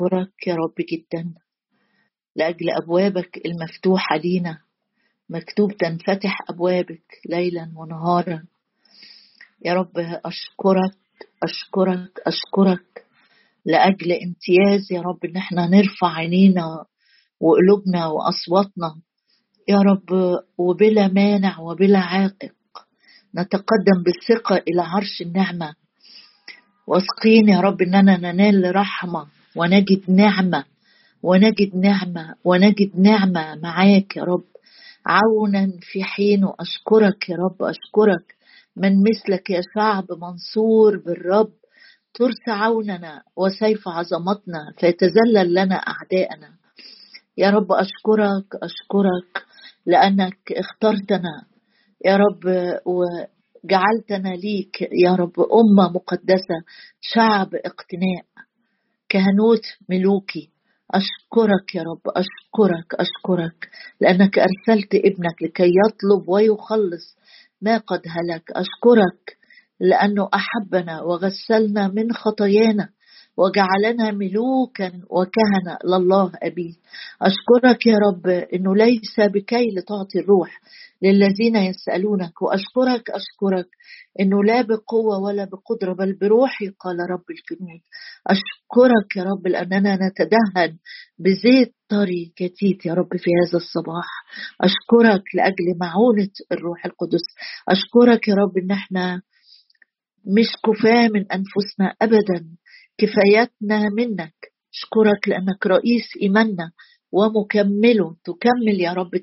أشكرك يا رب جدا لأجل أبوابك المفتوحة لينا. مكتوب تنفتح أبوابك ليلا ونهارا. يا رب أشكرك أشكرك أشكرك لأجل امتياز يا رب إن احنا نرفع عينينا وقلوبنا وأصواتنا يا رب، وبلا مانع وبلا عائق نتقدم بالثقة إلى عرش النعمة، واثقين يا رب إننا ننال رحمة ونجد نعمة ونجد نعمة ونجد نعمة معاك يا رب، عونا في حينه. أشكرك يا رب أشكرك. من مثلك يا شعب منصور بالرب، ترس عوننا وسيف عظمتنا فيتذلل لنا أعداءنا. يا رب أشكرك أشكرك لأنك اخترتنا يا رب وجعلتنا ليك يا رب أمة مقدسة، شعب اقتناء، كهنوت ملوكي. أشكرك يا رب أشكرك أشكرك لأنك أرسلت ابنك لكي يطلب ويخلص ما قد هلك. أشكرك لأنه أحبنا وغسلنا من خطايانا وجعلنا ملوكا وكهنة لله أبيه. أشكرك يا رب إنه ليس بكي لتعطي الروح للذين يسألونك، وأشكرك أشكرك إنه لا بقوة ولا بقدرة بل بروحي قال رب الجنود. أشكرك يا رب لأننا نتدهن بزيت طري جديد يا رب في هذا الصباح. أشكرك لأجل معونة الروح القدس. أشكرك يا رب إن احنا مش كفاة من أنفسنا أبدا، كفايتنا منك. أشكرك لأنك رئيس إيماننا ومكمله، تكمل يا رب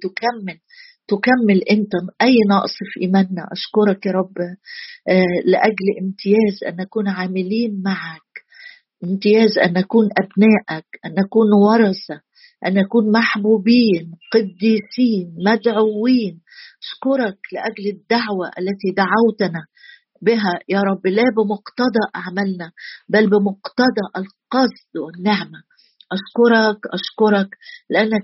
تكمل أنت أي نقص في إيماننا. أشكرك يا رب لأجل امتياز أن نكون عاملين معك، امتياز أن نكون أبنائك، أن نكون ورثة، أن نكون محبوبين قديسين مدعوين. أشكرك لأجل الدعوة التي دعوتنا بها يا رب، لا بمقتضى أعمالنا بل بمقتضى القصد والنعمة. أشكرك أشكرك لأنك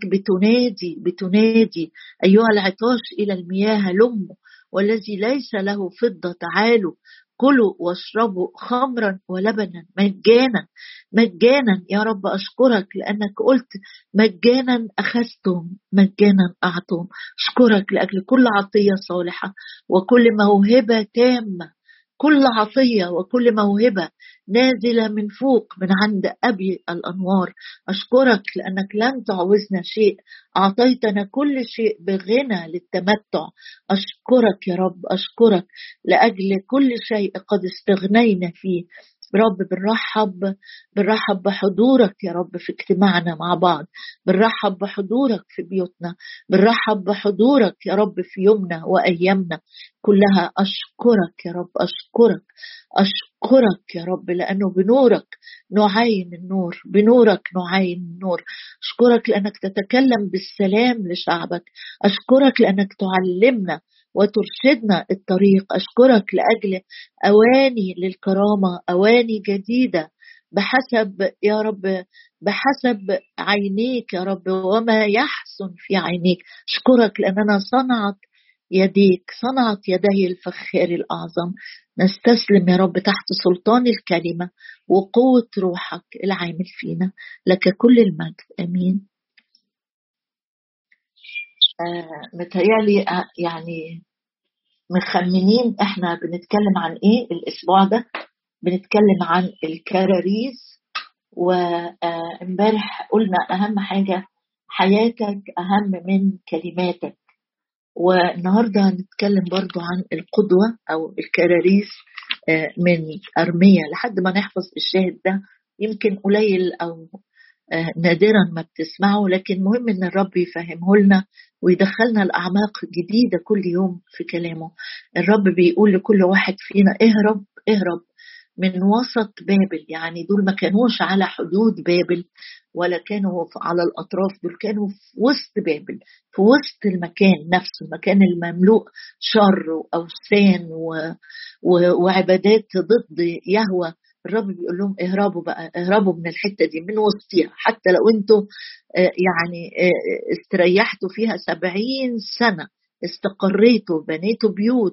بتنادي أيها العطاش إلى المياه لموا، والذي ليس له فضة تعالوا كلوا واشربوا خمرا ولبنا مجانا مجانا. يا رب أشكرك لأنك قلت مجانا أخذتم مجانا أعطوا. أشكرك لأجل كل عطية صالحة وكل موهبة تامة، كل عطية وكل موهبة نازلة من فوق من عند أبي الأنوار. أشكرك لأنك لن تعوزنا شيء، أعطيتنا كل شيء بغنى للتمتع. أشكرك يا رب أشكرك لأجل كل شيء قد استغنينا فيه. رب بنرحب بحضورك يا رب في اجتماعنا مع بعض، بنرحب بحضورك في بيوتنا، بنرحب بحضورك يا رب في يومنا وأيامنا كلها. أشكرك يا رب أشكرك أشكرك يا رب لأنه بنورك نعين النور، بنورك نعين النور. أشكرك لأنك تتكلم بالسلام لشعبك. أشكرك لأنك تعلمنا وترشدنا الطريق. أشكرك لأجل أواني للكرامة، أواني جديدة بحسب يا رب بحسب عينيك يا رب وما يحسن في عينيك. أشكرك لأننا صنعت يدي الفخار الأعظم. نستسلم يا رب تحت سلطان الكلمة وقوة روحك العامل فينا. لك كل المجد أمين. متهيألي يعني مخمنين احنا بنتكلم عن ايه الاسبوع ده. بنتكلم عن الكراريس، وامبارح قلنا اهم حاجة حياتك اهم من كلماتك، والنهاردة هنتكلم برضو عن القدوة او الكراريس من أرمية لحد ما نحفظ الشاهد ده. يمكن قليل او نادرا ما بتسمعه، لكن مهم ان الرب يفهمه لنا ويدخلنا الأعماق جديدة كل يوم في كلامه. الرب بيقول لكل واحد فينا اهرب اهرب من وسط بابل. يعني دول ما كانوش على حدود بابل ولا كانوا على الأطراف، دول كانوا في وسط بابل، في وسط المكان نفسه، المكان المملوء شر وأوثان وعبادات ضد يهوه. الرب بيقول لهم اهربوا بقى، اهربوا من الحتة دي من وسطيها، حتى لو انتوا يعني استريحتوا فيها 70 سنة، استقريتوا، بنيتوا بيوت،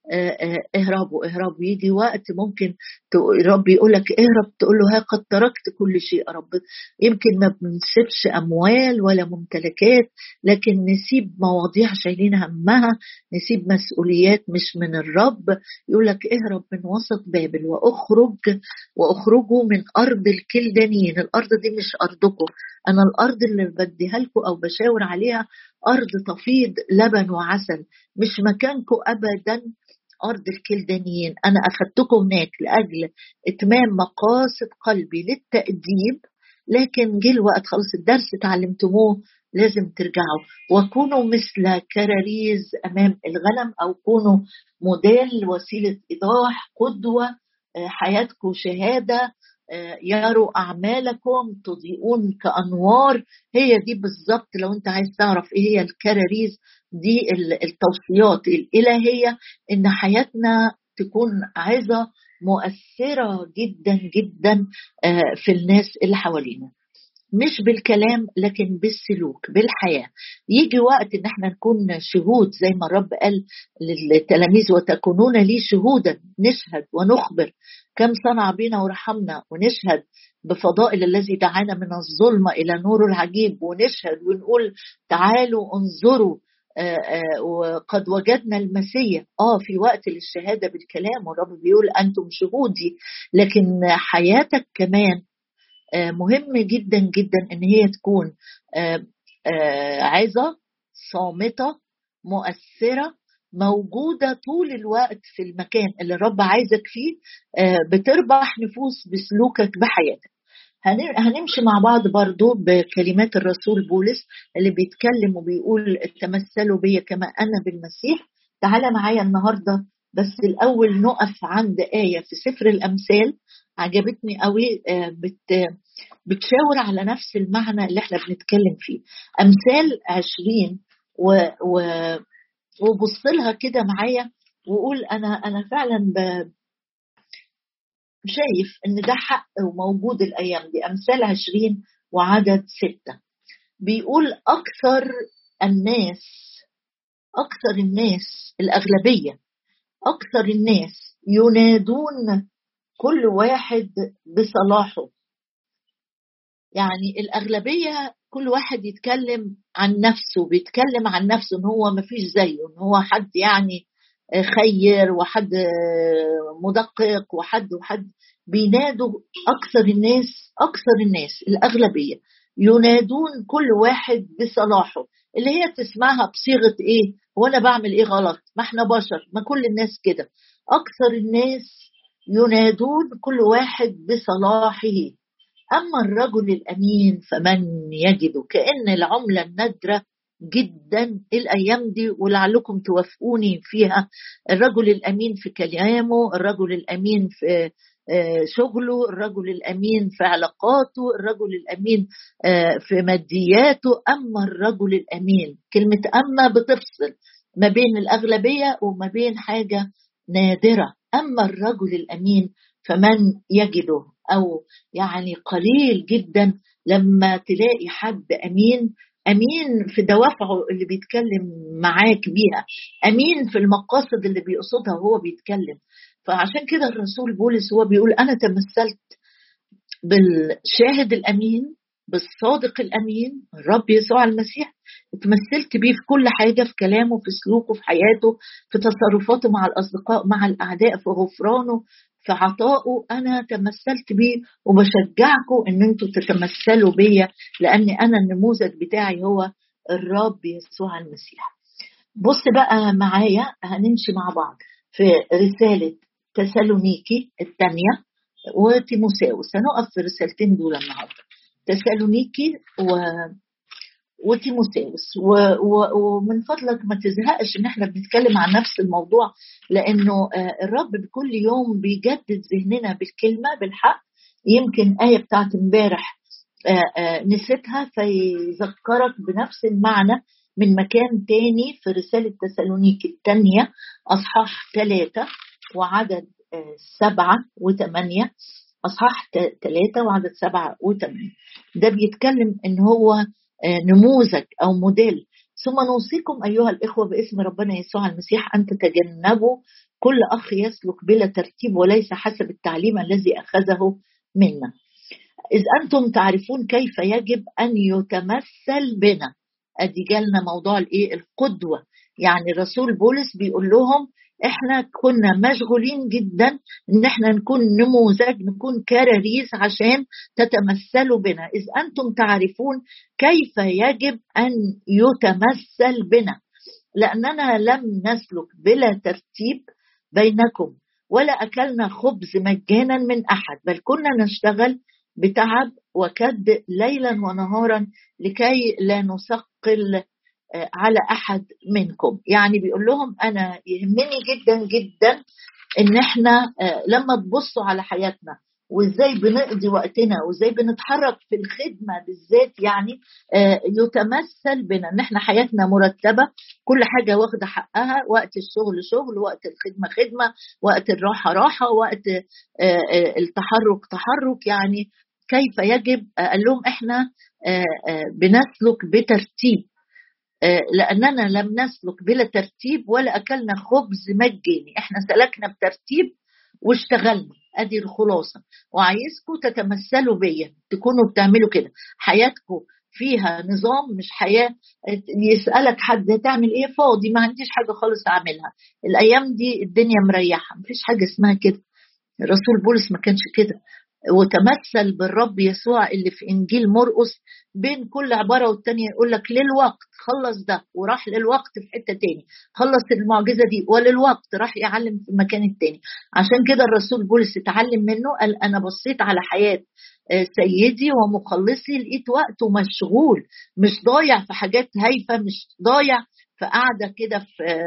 اهربوا اهربوا. يجي وقت ممكن رب يقول لك اهرب، تقول له ها قد تركت كل شيء يا رب. يمكن ما بنسيبش اموال ولا ممتلكات، لكن نسيب مواضيع شايلين همها، نسيب مسؤوليات مش من الرب. يقول لك اهرب من وسط بابل واخرجوا من ارض الكلدانيين. الارض دي مش ارضكم، انا الارض اللي بديها لكم او بشاور عليها ارض تفيض لبن وعسل، مش مكانكم ابدا. أرض الكلدانيين أنا أخذتكم هناك لأجل إتمام مقاصد قلبي للتأديب، لكن جه الوقت خلاص الدرس تعلمتموه لازم ترجعوا. وكونوا مثل كراريز أمام الغنم، أو كونوا موديل، وسيلة إيضاح، قدوة، حياتكم شهادة، يروا أعمالكم تضيئون كأنوار. هي دي بالظبط. لو أنت عايز تعرف إيه هي الكراريز دي، التوصيات الإلهية إن حياتنا تكون عظة مؤثرة جدا جدا في الناس اللي حوالينا، مش بالكلام لكن بالسلوك بالحياة. يجي وقت ان احنا نكون شهود زي ما الرب قال للتلاميذ وتكونون لي شهودا، نشهد ونخبر كم صنع بنا ورحمنا، ونشهد بفضائل الذي دعانا من الظلمة إلى نور العجيب، ونشهد ونقول تعالوا انظروا وقد وجدنا المسيح. في وقت للشهادة بالكلام، والرب بيقول أنتم شهودي، لكن حياتك كمان مهم جدا جدا ان هي تكون عظة صامتة مؤثرة، موجودة طول الوقت في المكان اللي الرب عايزك فيه، بتربح نفوس بسلوكك بحياتك. هنمشي مع بعض برضو بكلمات الرسول بولس اللي بيتكلم وبيقول تمثلوا بي كما أنا بالمسيح. تعالى معايا النهاردة، بس الأول نقف عند آية في سفر الأمثال عجبتني قوي، بتشاور على نفس المعنى اللي احنا بنتكلم فيه. أمثال 20 وبص لها كده معايا وقول أنا فعلا شايف ان ده حق وموجود الايام دي. امثال 20 وعدد 6 بيقول اكثر الناس الاغلبيه، اكثر الناس ينادون كل واحد بصلاحه. يعني الاغلبيه كل واحد يتكلم عن نفسه، بيتكلم عن نفسه ان هو مفيش زيه، ان هو حد يعني خير وحد مدقق وحد بينادوا. أكثر الناس الأغلبية ينادون كل واحد بصلاحه، اللي هي تسمعها بصيغة إيه؟ هو أنا بعمل إيه غلط؟ ما إحنا بشر، ما كل الناس كده. أكثر الناس ينادون كل واحد بصلاحه، أما الرجل الأمين فمن يجده. كأن العملة النادرة جدا الأيام دي، ولعلكم توافقوني فيها، الرجل الأمين في كلامه، الرجل الأمين في شغله، الرجل الأمين في علاقاته، الرجل الأمين في مادياته. أما الرجل الأمين، كلمة أما بتفصل ما بين الأغلبية وما بين حاجة نادرة. أما الرجل الأمين فمن يجده، أو يعني قليل جدا لما تلاقي حد أمين في دوافعه اللي بيتكلم معاك بيها، أمين في المقاصد اللي بيقصدها وهو بيتكلم. فعشان كده الرسول بولس هو بيقول أنا تمثلت بالشاهد الأمين، بالصادق الأمين الرب يسوع المسيح. اتمثلت بيه في كل حاجة، في كلامه، في سلوكه، في حياته، في تصرفاته مع الأصدقاء، مع الأعداء، في غفرانه، في عطائه. أنا تمثلت بيه وبشجعكم أن انتوا تتمثلوا بيا، لأن أنا النموذج بتاعي هو الرب يسوع المسيح. بص بقى معايا، هنمشي مع بعض في رسالة تسالونيكي الثانية وتيموساوس. هنقف في الرسالتين دول النهارده، تسالونيكي وتيموساوس. ومن فضلك ما تزهقش ان احنا بنتكلم عن نفس الموضوع، لانه الرب بكل يوم بيجدد ذهننا بالكلمة بالحق. يمكن آية بتاعت امبارح نسيتها فيذكرك بنفس المعنى من مكان تاني في رسالة تسالونيكي الثانية أصحاح 3 وعدد 7 و8. أصحاح 3 وعدد 7 و8 ده بيتكلم إن هو نموذج أو موديل. ثم نوصيكم أيها الإخوة باسم ربنا يسوع المسيح أن تتجنبوا كل أخ يسلك بلا ترتيب وليس حسب التعليم الذي أخذه منا. إذ أنتم تعرفون كيف يجب أن يتمثل بنا. أدي جالنا موضوع القدوة. يعني الرسول بولس بيقول لهم إحنا كنا مشغولين جدا إن إحنا نكون نموذج، نكون كراريس عشان تتمثلوا بنا. إذ أنتم تعرفون كيف يجب أن يتمثل بنا، لأننا لم نسلك بلا ترتيب بينكم ولا أكلنا خبز مجانا من أحد، بل كنا نشتغل بتعب وكد ليلا ونهارا لكي لا نثقل على أحد منكم. يعني بيقول لهم أنا يهمني جدا جدا إن إحنا لما تبصوا على حياتنا وإزاي بنقضي وقتنا وإزاي بنتحرك في الخدمة بالذات، يعني يتمثل بنا إن إحنا حياتنا مرتبة، كل حاجة واخدة حقها، وقت الشغل شغل، وقت الخدمة خدمة، وقت الراحة راحة، وقت التحرك تحرك. يعني كيف يجب، قال لهم إحنا بنسلك بترتيب، لأننا لم نسلك بلا ترتيب ولا أكلنا خبز مجاني. إحنا سلكنا بترتيب واشتغلنا. أدي الخلاصة. وعايزكم تتمثلوا بيا، تكونوا بتعملوا كده. حياتكم فيها نظام، مش حياة يسألك حد تعمل إيه، فاضي ما عنديش حاجة خالص أعملها الأيام دي، الدنيا مريحة. مفيش حاجة اسمها كده. الرسول بولس ما كانش كده. وتمثل بالرب يسوع اللي في إنجيل مرقس بين كل عبارة والتانية يقول لك للوقت خلص ده وراح للوقت في حتة تاني، خلص المعجزة دي وللوقت راح يعلم في المكان التاني. عشان كده الرسول بولس اتعلم منه، قال أنا بصيت على حياة سيدي ومخلصي لقيت وقته مشغول، مش ضايع في حاجات هايفة، مش ضايع في قاعدة كده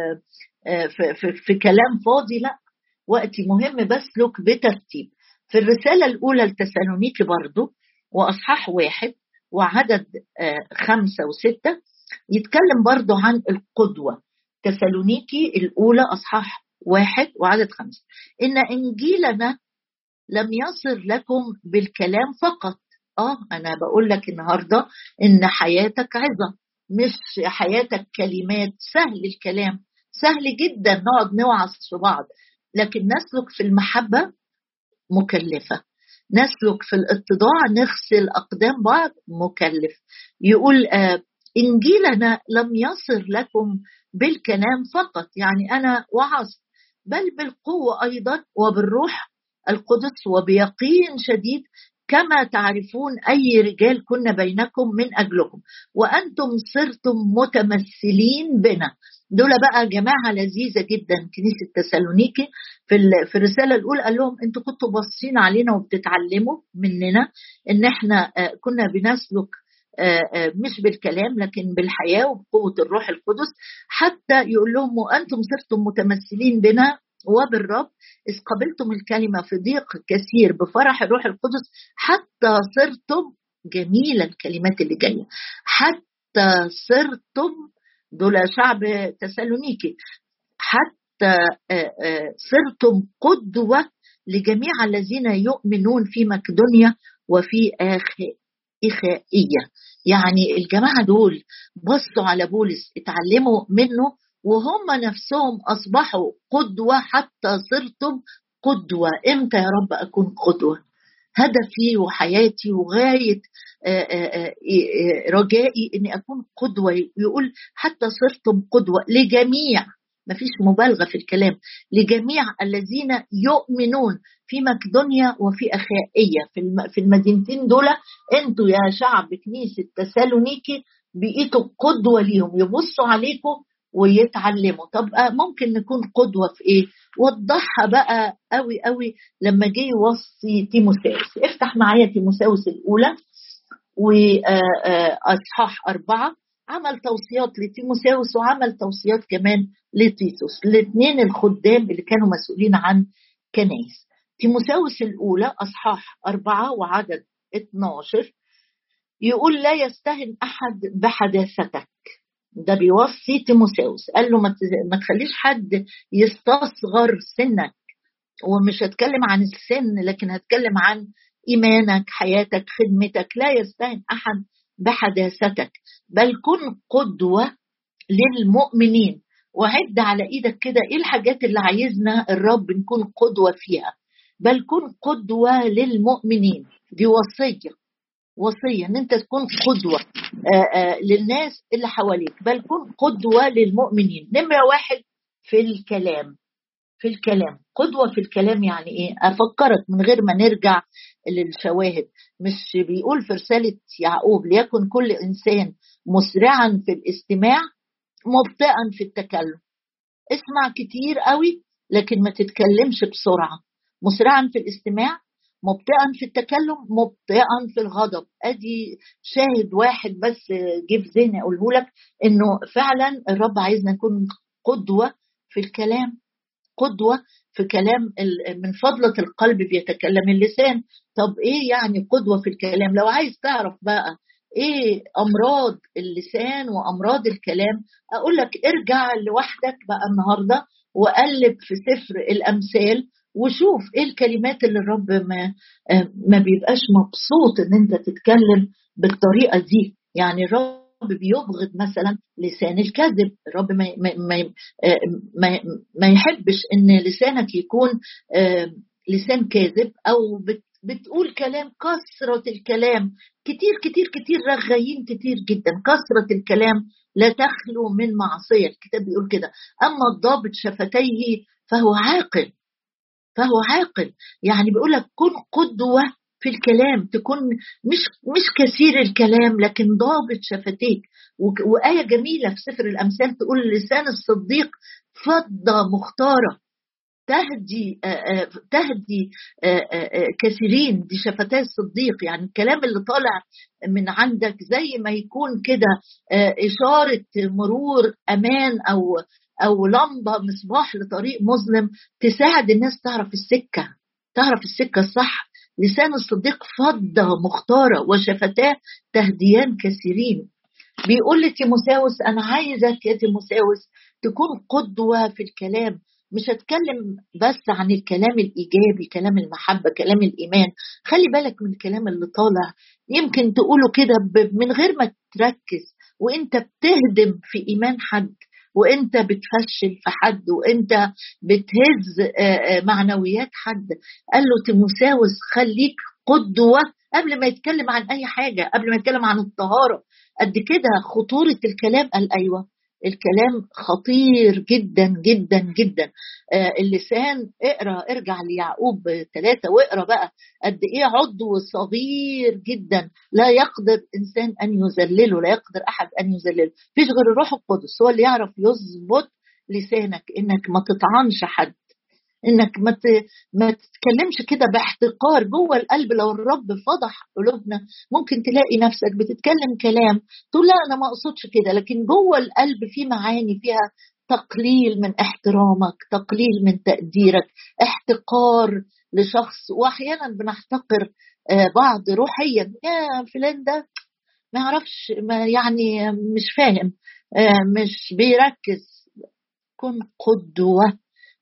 في كلام فاضي، لا، وقتي مهم بسلك بترتيب. في الرسالة الأولى لتسالونيكي برضو وأصحاح 1 وعدد 5 و6 يتكلم برضو عن القدوة. تسالونيكي الأولى أصحاح 1 وعدد 5: إن إنجيلنا لم يصر لكم بالكلام فقط. أنا بقول لك النهاردة إن حياتك عظة، مش حياتك كلمات. سهل الكلام، سهل جدا نقعد نوعظ في بعض، لكن نسلك في المحبة مكلفة، نسلك في الاتضاع نغسل أقدام بعض مكلف. يقول إنجيلنا لم يصر لكم بالكلام فقط، يعني أنا وعظت، بل بالقوة أيضا وبالروح القدس وبيقين شديد، كما تعرفون أي رجال كنا بينكم من أجلكم، وأنتم صرتم متمثلين بنا. دول بقى جماعة لذيذة جدا. كنيسة تسالونيكي في الرسالة الأولى قال لهم أنتوا كنتوا باصين علينا وبتتعلموا مننا إن إحنا كنا بنسلك مش بالكلام لكن بالحياة وبقوة الروح القدس. حتى يقول لهم وأنتم صرتم متمثلين بنا وبالرب إذ قبلتم الكلمة في ضيق كثير بفرح الروح القدس، حتى صرتم، جميلة الكلمات اللي جاية، حتى صرتم، دول شعب تسالونيكي، حتى صرتم قدوة لجميع الذين يؤمنون في مقدونيا وفي إخائية. يعني الجماعة دول بصوا على بولس اتعلموا منه وهم نفسهم أصبحوا قدوة. حتى صرتم قدوة. إمتى يا رب أكون قدوة؟ هدفي وحياتي وغاية رجائي أني أكون قدوة. يقول حتى صرتم قدوة لجميع، مفيش مبالغة في الكلام، لجميع الذين يؤمنون في مقدونيا وفي أخائية. في المدينتين دول انتوا يا شعب كنيسة تسالونيكي بقيتوا قدوة ليهم، يبصوا عليكم ويتعلموا. طب ممكن نكون قدوة في ايه؟ وضحها بقى قوي قوي لما جه يوصي تيموثاوس. افتح معايا تيموثاوس الأولى وأصحاح 4. عمل توصيات لتيموثاوس وعمل توصيات كمان لتيتوس، الاثنين الخدام اللي كانوا مسؤولين عن كنائس. تيموثاوس الأولى أصحاح 4 وعدد 12 يقول لا يستهن أحد بحداثتك. ده بيوصي تيموثاوس، قال له ما تخليش حد يستصغر سنك. ومش هتكلم عن السن لكن هتكلم عن إيمانك، حياتك، خدمتك. لا يستهن أحد بحداثتك، بل كن قدوة للمؤمنين وعد على ايدك كده ايه الحاجات اللي عايزنا الرب نكون قدوة فيها. بل كن قدوة للمؤمنين، دي وصية ان انت تكون قدوة للناس اللي حواليك. بل كن قدوة للمؤمنين. نمرة 1 في الكلام. قدوة في الكلام يعني ايه؟ افكرك من غير ما نرجع للشواهد. مش بيقول في رسالة يعقوب ليكن كل انسان مسرعا في الاستماع مبطئا في التكلم. اسمع كتير قوي لكن ما تتكلمش بسرعة. مسرعا في الاستماع، مبطئا في التكلم، مبطئا في الغضب. ادي شاهد واحد بس جه في ذهني اقوله لك، انه فعلا الرب عايزنا نكون قدوة في الكلام. قدوة في كلام. من فضلة القلب بيتكلم اللسان. طب ايه يعني قدوة في الكلام؟ لو عايز تعرف بقى ايه امراض اللسان وامراض الكلام، اقول لك ارجع لوحدك بقى النهاردة وقلب في سفر الامثال وشوف ايه الكلمات اللي الرب ما بيبقاش مبسوط ان انت تتكلم بالطريقة دي. يعني الرب بيبغض مثلا لسان الكذب. الرب ما يحبش ان لسانك يكون لسان كاذب، او بتقول كلام. كثرة الكلام كتير كتير كتير، رغايين كتير جدا. كثرة الكلام لا تخلو من معصية، الكتاب بيقول كده. أما الضابط شفتيه فهو عاقل. يعني بيقول لك كن قدوة في الكلام، تكون مش كثير الكلام لكن ضابط شفتيك. وآية جميلة في سفر الأمثال تقول لسان الصديق فضة مختارة تهدي كثيرين. دي شفتي الصديق. يعني الكلام اللي طالع من عندك زي ما يكون كده إشارة مرور أمان أو لمبة مصباح لطريق مظلم، تساعد الناس تعرف السكة الصح. لسان الصديق فضة مختارة وشفتاه تهديان كثيرين. بيقول لتيموثاوس أنا عايزك يا تيموثاوس تكون قدوة في الكلام. مش هتكلم بس عن الكلام الإيجابي، كلام المحبة، كلام الإيمان. خلي بالك من الكلام اللي طالع يمكن تقوله كده من غير ما تركز، وانت بتهدم في إيمان حد، وانت بتفشل في حد، وانت بتهز معنويات حد. قال له تيموثاوس خليك قدوة قبل ما يتكلم عن أي حاجة، قبل ما يتكلم عن الطهارة. قد كده خطورة الكلام. قال أيوة الكلام خطير جدا جدا جدا. اللسان ارجع ليعقوب 3 واقرا بقى قد ايه عضو صغير جدا لا يقدر انسان ان يذلله، لا يقدر احد ان يذلله. فيش غير الروح القدس هو اللي يعرف يظبط لسانك، انك ما تطعنش حد، انك ما تتكلمش كده باحتقار جوه القلب. لو الرب فضح قلوبنا ممكن تلاقي نفسك بتتكلم كلام تقول لا انا ما اقصدش كده، لكن جوه القلب في معاني فيها تقليل من احترامك، تقليل من تقديرك، احتقار لشخص. واحيانا بنحتقر بعض روحيا. يا فلان ده ما يعرفش، ما يعني مش فاهم، مش بيركز. كن قدوة.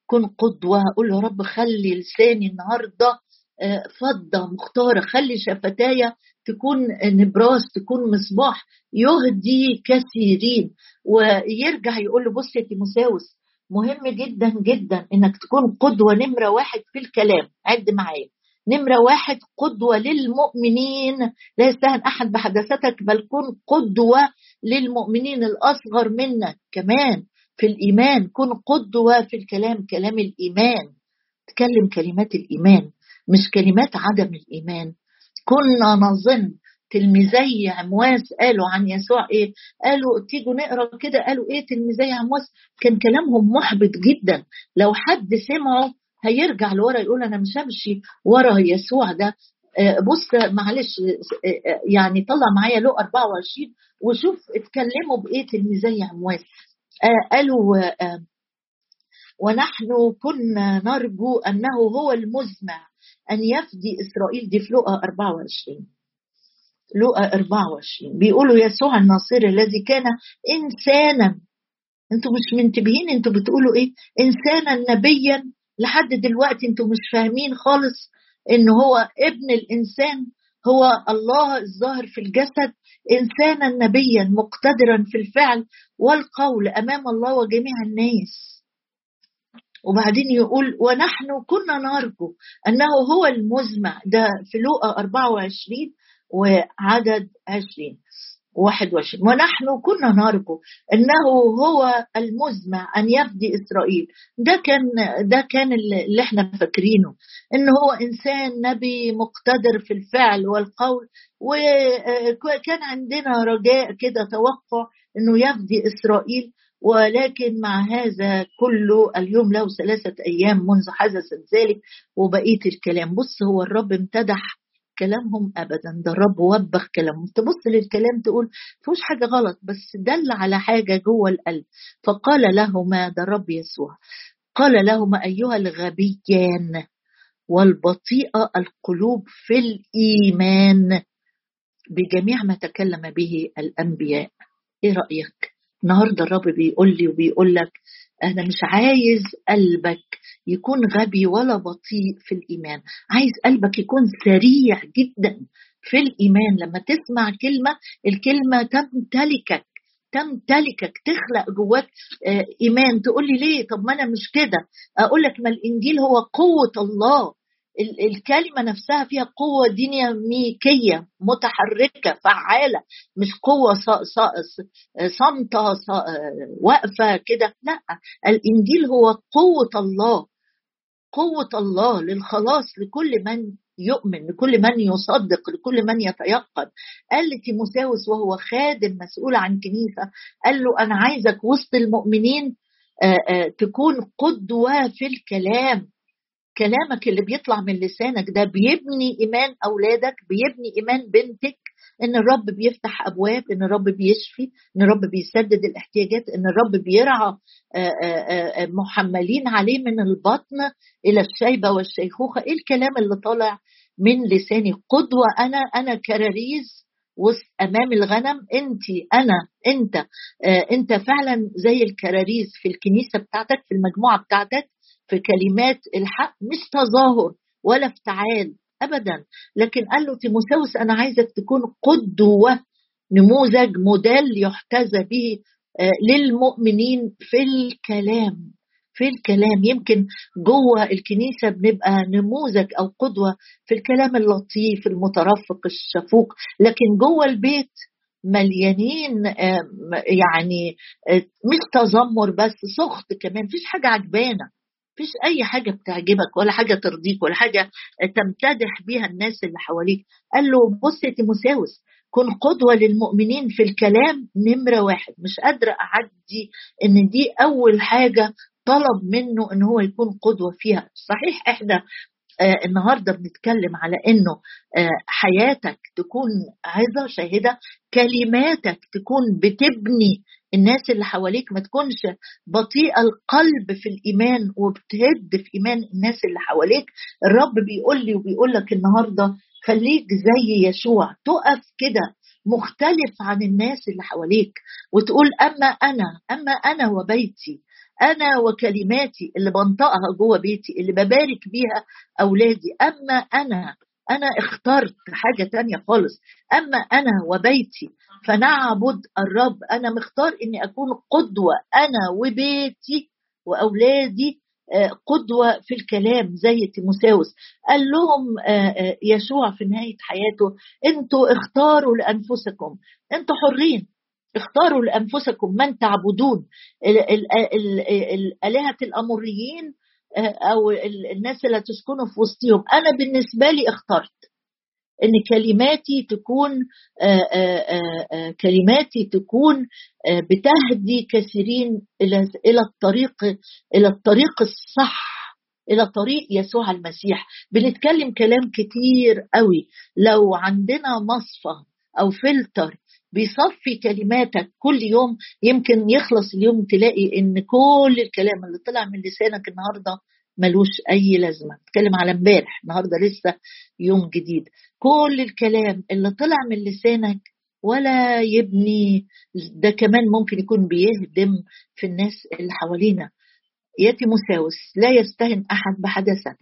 أقول له رب خلي لساني النهاردة فضة مختارة، خلي شفتايا تكون نبراس، تكون مصباح يهدي كثيرين. ويرجع يقول له بص يا تيموثاوس مهم جدا جدا انك تكون قدوة. نمرة 1 في الكلام، عد معايا. نمرة 1 قدوة للمؤمنين. لا يستهن أحد بحدثتك بل كن قدوة للمؤمنين الأصغر منك. كمان في الإيمان كن قدوة في الكلام، كلام الإيمان. تكلم كلمات الإيمان مش كلمات عدم الإيمان. كنا نظن تلميذي عمواس قالوا عن يسوع ايه؟ قالوا تيجوا نقرا كده، قالوا ايه تلميذي عمواس؟ كان كلامهم محبط جدا. لو حد سمعه هيرجع لورا يقول انا مش همشي ورا يسوع ده. بص معلش، يعني طلع معايا لقا 24 وشوف اتكلموا بايه تلميذي عمواس. قالوا ونحن كنا نرجو أنه هو المزمع أن يفدي إسرائيل. دي في لقا 24. لقا 24 بيقولوا يسوع الناصري الذي كان إنسانا. انتوا مش منتبهين، انتوا بتقولوا ايه؟ إنسانا نبيا. لحد دلوقتي انتوا مش فاهمين خالص إنه هو ابن الإنسان. هو الله الظاهر في الجسد إنسانا نبيا مقتدرا في الفعل والقول أمام الله وجميع الناس. وبعدين يقول ونحن كنا نرجو أنه هو المزمع، ده في لوقا 24 وعدد 21. ونحن كنا نرجو أنه هو المزمع أن يفدي إسرائيل. ده كان اللي احنا فاكرينه، أنه هو إنسان نبي مقتدر في الفعل والقول، وكان عندنا رجاء كده، توقع أنه يفدي إسرائيل. ولكن مع هذا كله اليوم له 3 أيام منذ حدث ذلك. وبقية الكلام، بص، هو الرب امتدح كلامهم أبدا، ده الرب وبخ كلامهم. تبص للكلام تقول فيهوش حاجة غلط، بس دل على حاجة جوه القلب. فقال لهما، ده الرب يسوع، قال لهما أيها الغبيان والبطيئة القلوب في الإيمان بجميع ما تكلم به الأنبياء. إيه رأيك؟ النهاردة الرب بيقول لي وبيقول لك أنا مش عايز قلبك يكون غبي ولا بطيء في الإيمان، عايز قلبك يكون سريع جدا في الإيمان. لما تسمع كلمة، الكلمة تمتلكك، تخلق جواك إيمان. تقول لي ليه؟ طب ما أنا مش كده. أقول لك ما الإنجيل هو قوة الله. الكلمة نفسها فيها قوة ديناميكية متحركة فعالة، مش قوة صامتة واقفة كده. لا، الإنجيل هو قوة الله، قوة الله للخلاص لكل من يؤمن، لكل من يصدق، لكل من يتيقن. قال لتيموثاوس وهو خادم مسؤول عن كنيسة، قال له أنا عايزك وسط المؤمنين تكون قدوة في الكلام. كلامك اللي بيطلع من لسانك ده بيبني إيمان أولادك، بيبني إيمان بنتك، إن الرب بيفتح أبواب، إن الرب بيشفي، إن الرب بيسدد الاحتياجات، إن الرب بيرعى محملين عليه من البطن إلى الشيبة والشيخوخة. إيه الكلام اللي طالع من لساني؟ قدوة. أنا كراريز وسط أمام الغنم. أنت فعلا زي الكراريز في الكنيسة بتاعتك، في المجموعة بتاعتك، في كلمات الحق، مش تظاهر ولا افتعال أبدا. لكن قال له تيموثاوس أنا عايزك تكون قدوة، نموذج، موديل يحتذى به للمؤمنين في الكلام. يمكن جوه الكنيسة بنبقى نموذج أو قدوة في الكلام اللطيف المترفق الشفوق، لكن جوه البيت مليانين يعني مش تذمر بس، سخط كمان. فيش حاجة عجبانة، فيش أي حاجة بتعجبك ولا حاجة ترضيك ولا حاجة تمتدح بيها الناس اللي حواليك. قال له بص يا تيموثاوس، كن قدوة للمؤمنين في الكلام نمرة 1. مش قادرة أعدي إن دي أول حاجة طلب منه إن هو يكون قدوة فيها. صحيح إحنا النهاردة بنتكلم على إنه حياتك تكون عظة شاهدة، كلماتك تكون بتبني الناس اللي حواليك، ما تكونش بطيء القلب في الإيمان وبتهد في إيمان الناس اللي حواليك. الرب بيقول لي وبيقول لك النهاردة خليك زي يشوع، تقف كده مختلف عن الناس اللي حواليك وتقول أما أنا وبيتي، أنا وكلماتي اللي بنطقها جوه بيتي، اللي ببارك بيها أولادي. أما أنا اخترت حاجة تانية خالص. أما أنا وبيتي فنعبد الرب. أنا مختار إني أكون قدوة، أنا وبيتي وأولادي قدوة في الكلام زي تيموثاوس. قال لهم يشوع في نهاية حياته انتوا اختاروا لأنفسكم، انتوا حرين، اختاروا لأنفسكم من تعبدون، الآلهة الأموريين أو الناس اللي تسكنوا في وسطهم. أنا بالنسبة لي اخترت إن كلماتي تكون بتهدي كثيرين إلى الطريق الصح، إلى طريق يسوع المسيح. بنتكلم كلام كتير قوي. لو عندنا مصفى أو فلتر بيصفي كلماتك كل يوم، يمكن يخلص اليوم تلاقي إن كل الكلام اللي طلع من لسانك النهاردة ملوش أي لازمة. نتكلم على امبارح، النهاردة لسه يوم جديد. كل الكلام اللي طلع من لسانك ولا يبني، ده كمان ممكن يكون بيهدم في الناس اللي حوالينا. يا تيموثاوس لا يستهن أحد بحدثتك،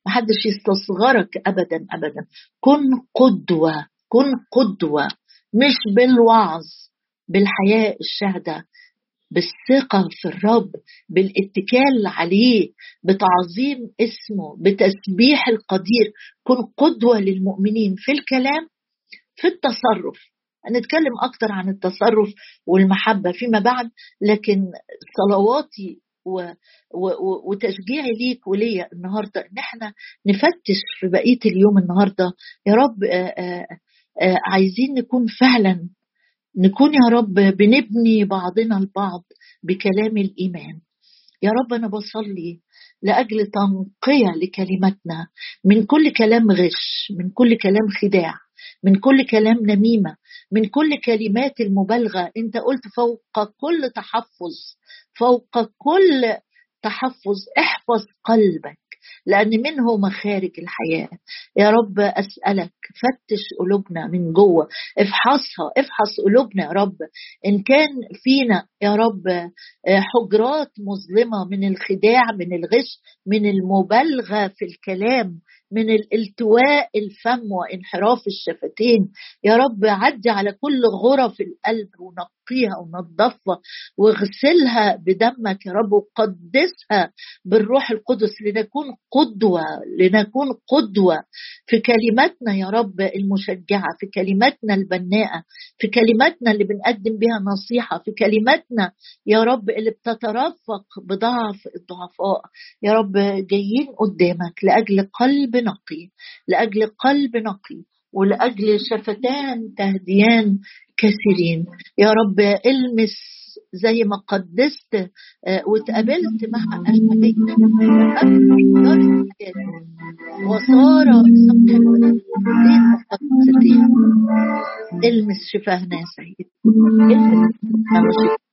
محدش يستصغرك أبدا أبدا. كن قدوة، كن قدوة، مش بالوعظ، بالحياة الشهدة، بالثقة في الرب، بالاتكال عليه، بتعظيم اسمه، بتسبيح القدير. كن قدوة للمؤمنين في الكلام، في التصرف. هنتكلم أكتر عن التصرف والمحبة فيما بعد، لكن صلواتي وتشجيعي ليك وليا النهاردة إن احنا نفتش في بقية اليوم النهاردة. يا رب عايزين نكون فعلا، نكون يا رب بنبني بعضنا البعض بكلام الإيمان. يا رب أنا بصلي لأجل تنقية لكلماتنا من كل كلام غش، من كل كلام خداع، من كل كلام نميمة، من كل كلمات المبالغة. أنت قلت فوق كل تحفظ، فوق كل تحفظ احفظ قلبك لأن منه مخارج الحياة. يا رب أسألك فتش قلوبنا من جوه، افحصها، افحص قلوبنا يا رب. إن كان فينا يا رب حجرات مظلمة من الخداع، من الغش، من المبالغة في الكلام، من الالتواء الفم وانحراف الشفتين، يا رب عدي على كل غرف القلب ونقيها ونظفها واغسلها بدمك يا رب، وقدسها بالروح القدس، لنكون قدوة، لنكون قدوة في كلماتنا يا رب المشجعة، في كلماتنا البناءة، في كلماتنا اللي بنقدم بها نصيحة، في كلماتنا يا رب اللي بتترفق بضعف الضعفاء. يا رب جايين قدامك لأجل قلب نقي، لأجل قلب نقي، ولأجل شفتان تهديان كثيرين. يا رب المس زي ما قدست واتقابلت مع أشعياء وصار صاحب بين مقدستين. المس شفاهنا يا سيد، المس